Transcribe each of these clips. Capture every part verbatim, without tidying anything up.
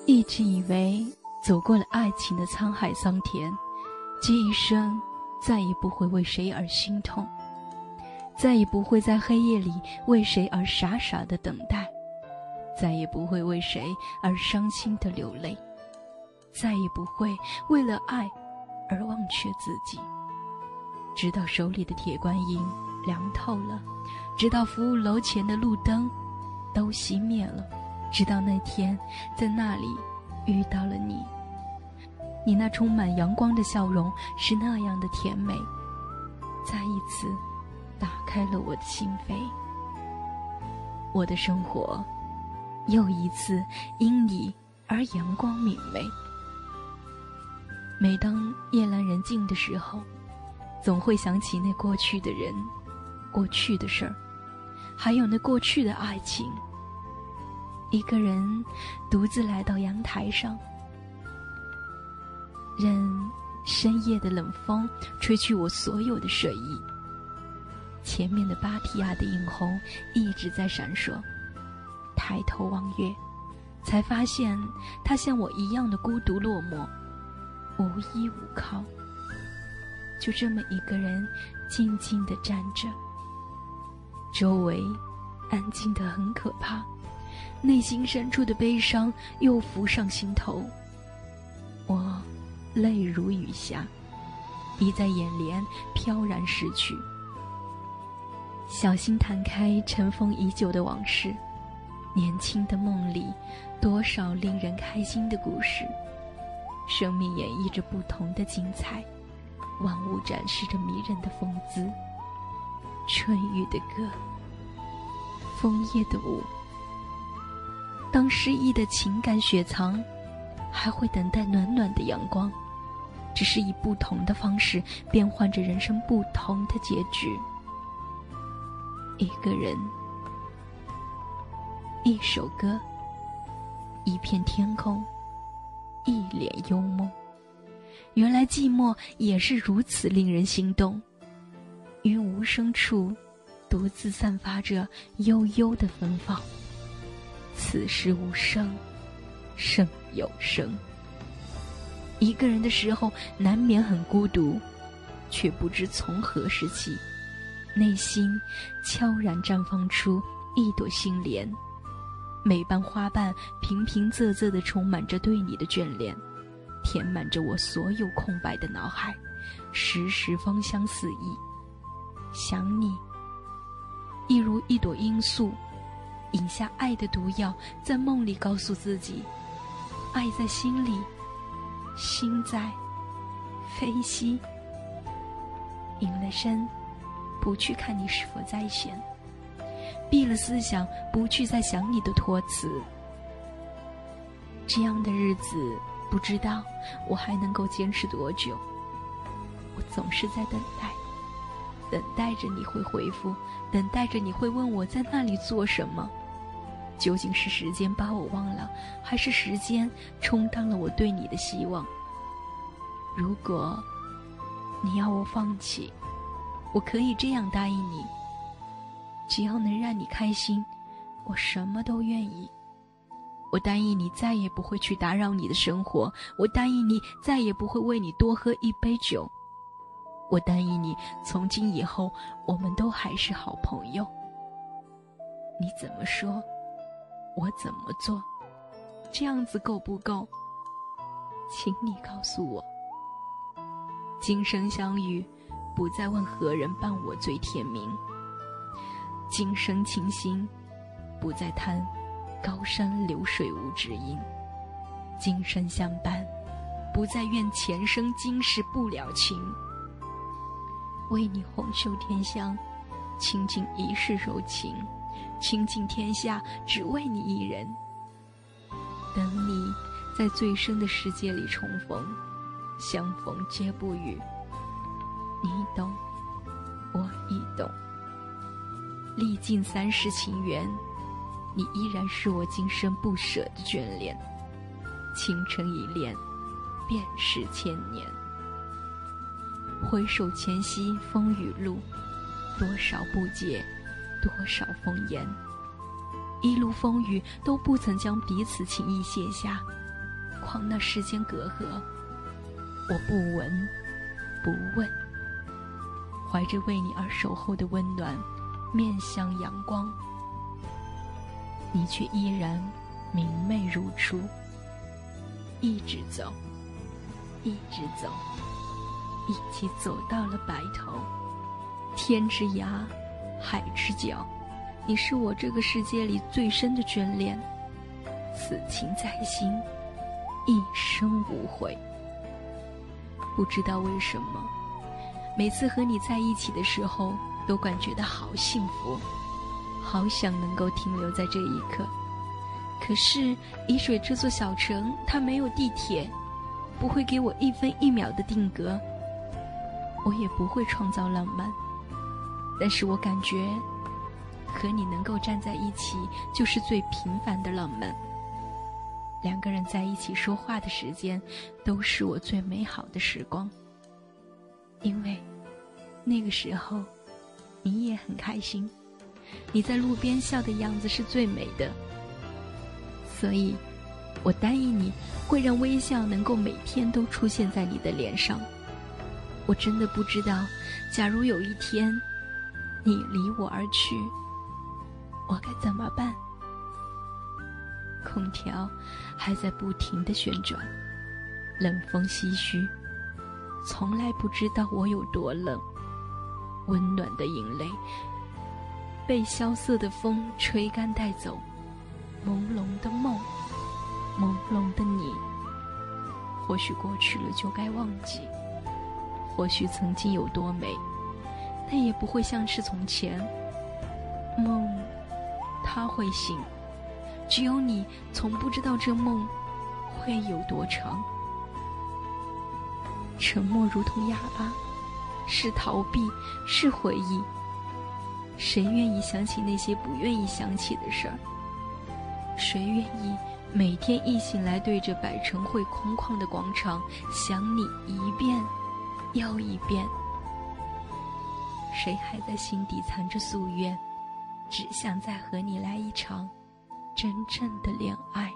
一直以为走过了爱情的沧海桑田，这一生再也不会为谁而心痛，再也不会在黑夜里为谁而傻傻的等待，再也不会为谁而伤心的流泪，再也不会为了爱而忘却自己。直到手里的铁观音凉透了，直到服务楼前的路灯都熄灭了，直到那天在那里遇到了你。你那充满阳光的笑容是那样的甜美，再一次打开了我的心扉。我的生活又一次因你而阳光明媚。每当夜阑人静的时候，总会想起那过去的人，过去的事儿，还有那过去的爱情。一个人独自来到阳台上，任深夜的冷风吹去我所有的睡意。前面的芭提雅的映红一直在闪烁，抬头望月，才发现他像我一样的孤独落寞，无依无靠，就这么一个人静静地站着。周围安静得很可怕，内心深处的悲伤又浮上心头。我泪如雨下，已在眼帘飘然逝去。小心弹开尘封已久的往事，年轻的梦里多少令人开心的故事。生命演绎着不同的精彩，万物展示着迷人的风姿。春雨的歌，枫叶的舞。当诗意的情感雪藏，还会等待暖暖的阳光，只是以不同的方式变换着人生不同的结局。一个人，一首歌，一片天空，一脸幽梦。原来寂寞也是如此令人心动，于无声处独自散发着悠悠的芬芳。此时无声，胜有声。一个人的时候难免很孤独，却不知从何时起，内心悄然绽放出一朵心莲。每瓣花瓣平平仄仄地充满着对你的眷恋，填满着我所有空白的脑海，时时芳香四溢。想你，一如一朵罂粟，饮下爱的毒药，在梦里告诉自己，爱在心里，心在飞息。隐了身，不去看你是否在线，闭了思想，不去再想你的托词。这样的日子，不知道我还能够坚持多久。我总是在等待，等待着你会回复，等待着你会问我在那里做什么。究竟是时间把我忘了，还是时间充当了我对你的希望？如果你要我放弃，我可以这样答应你，只要能让你开心，我什么都愿意。我答应你再也不会去打扰你的生活，我答应你再也不会为你多喝一杯酒，我答应你从今以后我们都还是好朋友。你怎么说，我怎么做，这样子够不够？请你告诉我。今生相遇，不再问何人伴我最甜蜜。今生倾心，不再叹高山流水无知音。今生相伴，不再怨前生今世不了情。为你红袖添香，倾尽一世柔情，倾尽天下只为你一人。等你在最深的世界里重逢，相逢皆不语。你懂，我亦懂。历尽三世情缘，你依然是我今生不舍的眷恋。倾城一恋，便是千年。回首前夕风雨路，多少不解，多少风言。一路风雨都不曾将彼此情谊卸下， 况那世间隔阂，我不闻不问，怀着为你而守候的温暖，面向阳光，你却依然明媚如初，一直走，一直走，一起走到了白头。天之涯，海之角，你是我这个世界里最深的眷恋，此情在心，一生无悔。不知道为什么，每次和你在一起的时候，都感觉到好幸福，好想能够停留在这一刻。可是沂水这座小城，它没有地铁，不会给我一分一秒的定格，我也不会创造浪漫。但是我感觉和你能够站在一起，就是最平凡的浪漫。两个人在一起说话的时间，都是我最美好的时光。因为那个时候你也很开心，你在路边笑的样子是最美的，所以我答应你会让微笑能够每天都出现在你的脸上。我真的不知道，假如有一天你离我而去，我该怎么办？空调还在不停地旋转，冷风唏嘘，从来不知道我有多冷。温暖的眼泪被萧瑟的风吹干带走，朦胧的梦，朦胧的你，或许过去了就该忘记，或许曾经有多美，但也不会像是从前。梦它会醒，只有你从不知道这梦会有多长。沉默如同哑巴，是逃避，是回忆。谁愿意想起那些不愿意想起的事儿？谁愿意每天一醒来对着百城汇空旷的广场想你一遍又一遍？谁还在心底藏着夙愿，只想再和你来一场真正的恋爱？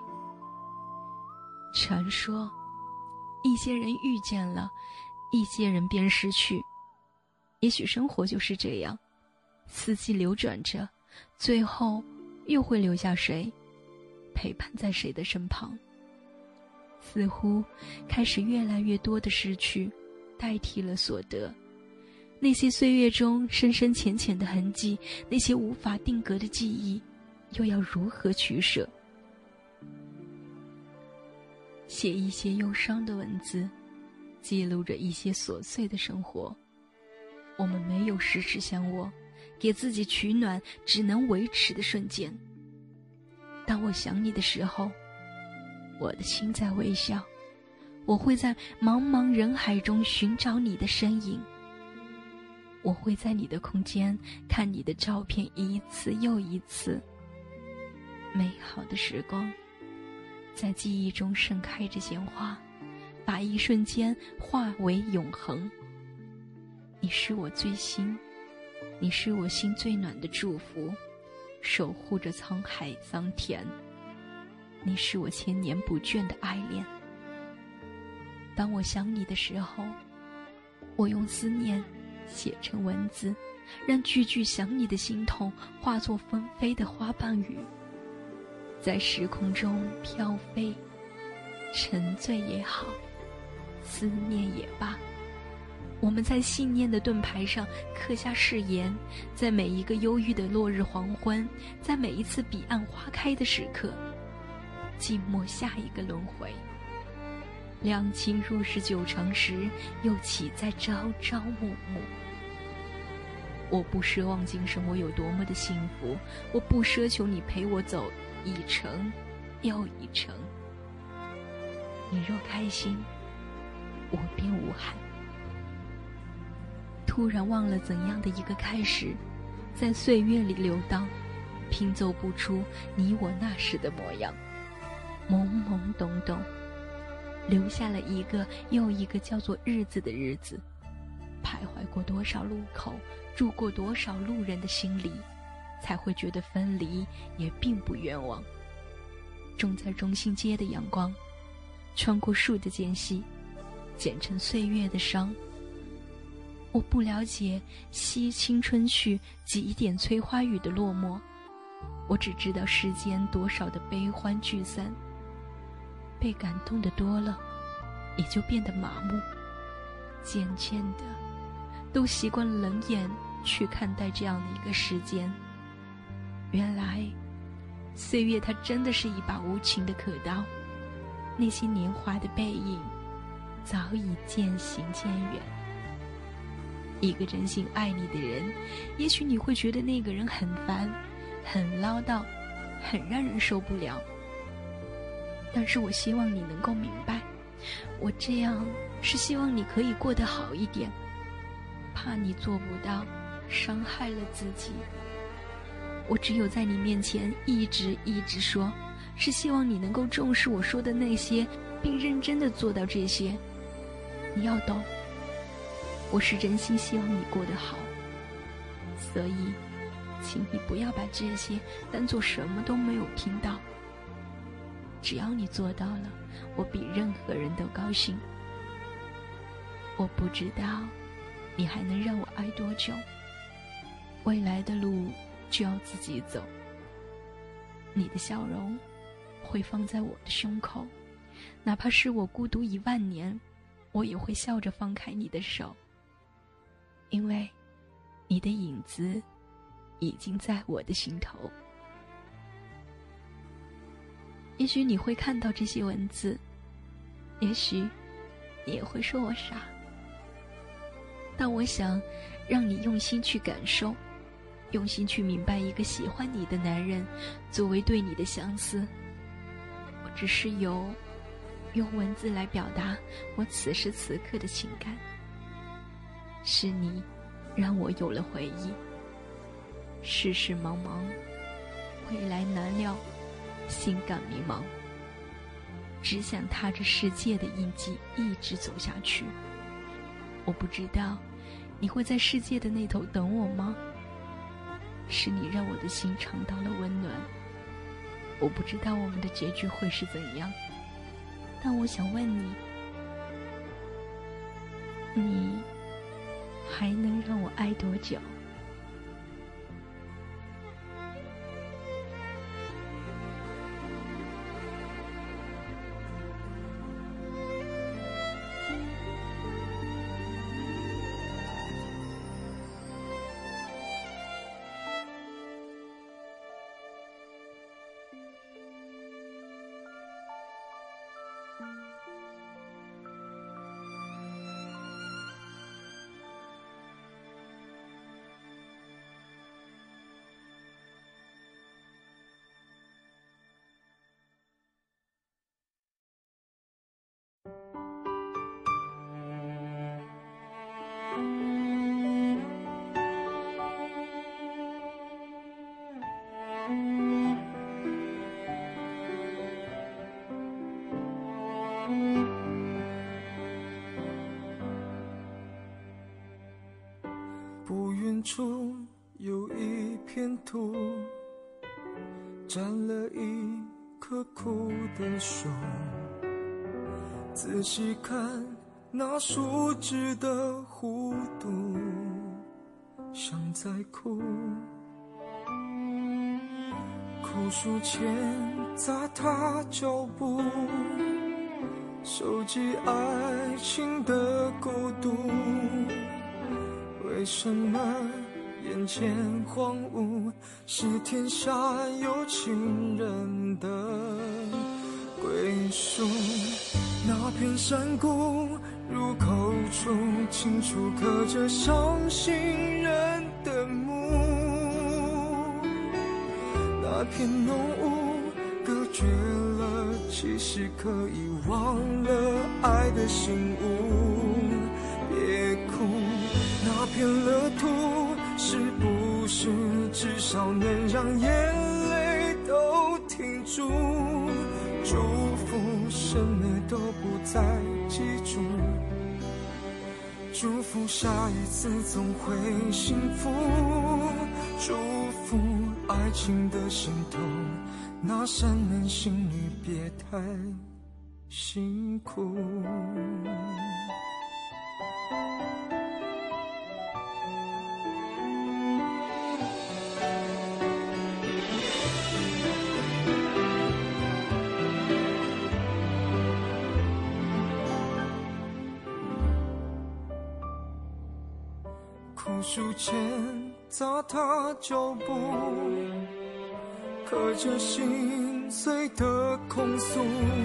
传说一些人遇见了，一些人便失去。也许生活就是这样，四季流转着，最后又会留下谁陪伴在谁的身旁？似乎开始越来越多的失去代替了所得，那些岁月中深深浅浅的痕迹，那些无法定格的记忆，又要如何取舍？写一些忧伤的文字，记录着一些琐碎的生活。我们没有十指相握，给自己取暖只能维持的瞬间。当我想你的时候，我的心在微笑，我会在茫茫人海中寻找你的身影，我会在你的空间看你的照片一次又一次。美好的时光在记忆中盛开着鲜花，把一瞬间化为永恒。你是我最心，你是我心最暖的祝福，守护着沧海桑田。你是我千年不倦的爱恋。当我想你的时候，我用思念写成文字，让句句想你的心痛化作纷飞的花瓣雨，在时空中飘飞。沉醉也好，思念也罢，我们在信念的盾牌上刻下誓言，在每一个忧郁的落日黄昏，在每一次彼岸花开的时刻，静默下一个轮回。两情若是久长时，又岂在朝朝暮暮？我不奢望今生我有多么的幸福，我不奢求你陪我走一程又一程。你若开心，我便无憾。突然忘了怎样的一个开始，在岁月里流荡，拼凑不出你我那时的模样。懵懵懂懂，留下了一个又一个叫做日子的日子，徘徊过多少路口，住过多少路人的心里，才会觉得分离也并不冤枉。种在中心街的阳光， 穿过树的间隙，剪成岁月的伤。我不了解惜青春去，几点催花雨的落寞，我只知道世间多少的悲欢聚散。被感动的多了，也就变得麻木，渐渐的都习惯了冷眼去看待这样的一个时间。原来岁月它真的是一把无情的刻刀，那些年华的背影早已渐行渐远。一个真心爱你的人，也许你会觉得那个人很烦，很唠叨，很让人受不了，但是我希望你能够明白，我这样是希望你可以过得好一点，怕你做不到，伤害了自己。我只有在你面前一直一直说，是希望你能够重视我说的那些，并认真地做到这些。你要懂，我是真心希望你过得好，所以请你不要把这些当作什么都没有听到。只要你做到了，我比任何人都高兴。我不知道你还能让我爱多久，未来的路就要自己走。你的笑容会放在我的胸口，哪怕是我孤独一万年，我也会笑着放开你的手，因为你的影子已经在我的心头。也许你会看到这些文字，也许你也会说我傻，但我想让你用心去感受，用心去明白一个喜欢你的男人作为对你的相思。我只是有用文字来表达我此时此刻的情感，是你让我有了回忆。世事茫茫，未来难料，心感迷茫，只想踏着世界的印记一直走下去。我不知道你会在世界的那头等我吗？是你让我的心尝到了温暖。我不知道我们的结局会是怎样，但我想问你，你还能让我爱多久？ 不远处有一片土，沾了一棵枯的树，仔细看那树枝的弧度，像在哭。枯树前砸踏脚步，收集爱情的孤独。为什么眼前荒芜，是天下有情人的归宿？那片山谷入口处，清楚刻着伤心人的墓。那片浓雾隔绝了，其实可以忘了爱的醒悟。别哭，那片乐土是不是至少能让眼泪都停住？祝福什么都不再记住，祝福下一次总会幸福，祝福爱情的心痛，那扇门心里别太辛苦。枯树前踏踏脚步，刻着心碎的控诉，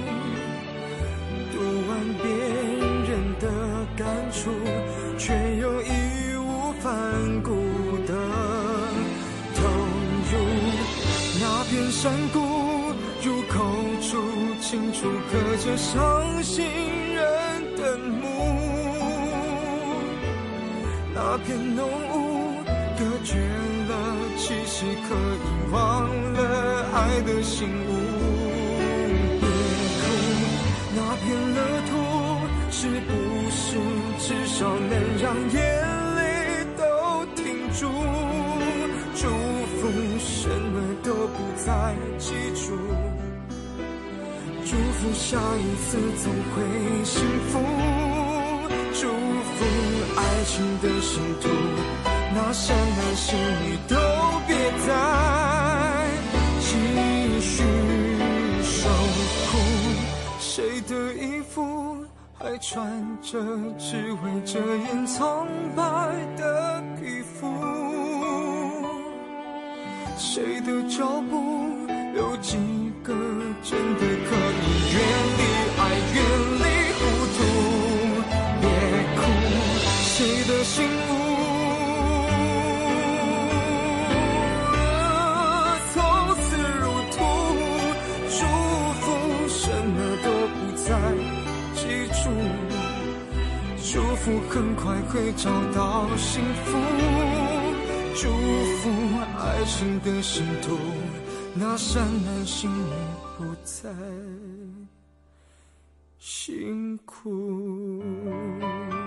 读完别人的感触，却又义无反顾的投入那片山谷，入口处清楚刻着伤心人的墓，那片浓雾隔绝了其实可以忘了爱的醒悟。别哭，那片乐土是不是至少能让眼泪都停住？祝福什么都不再记住，祝福下一次总会幸福，祝福爱情的深度，那善男信女都别再继续受苦。谁的衣服还穿着只为遮掩苍白的皮肤？谁的脚步有几个真的可以远离爱，远离糊涂？别哭，谁的醒悟从此如土？祝福什么都不再记住，祝福很快会找到幸福，祝福爱情的深度，那善男信女不再辛苦。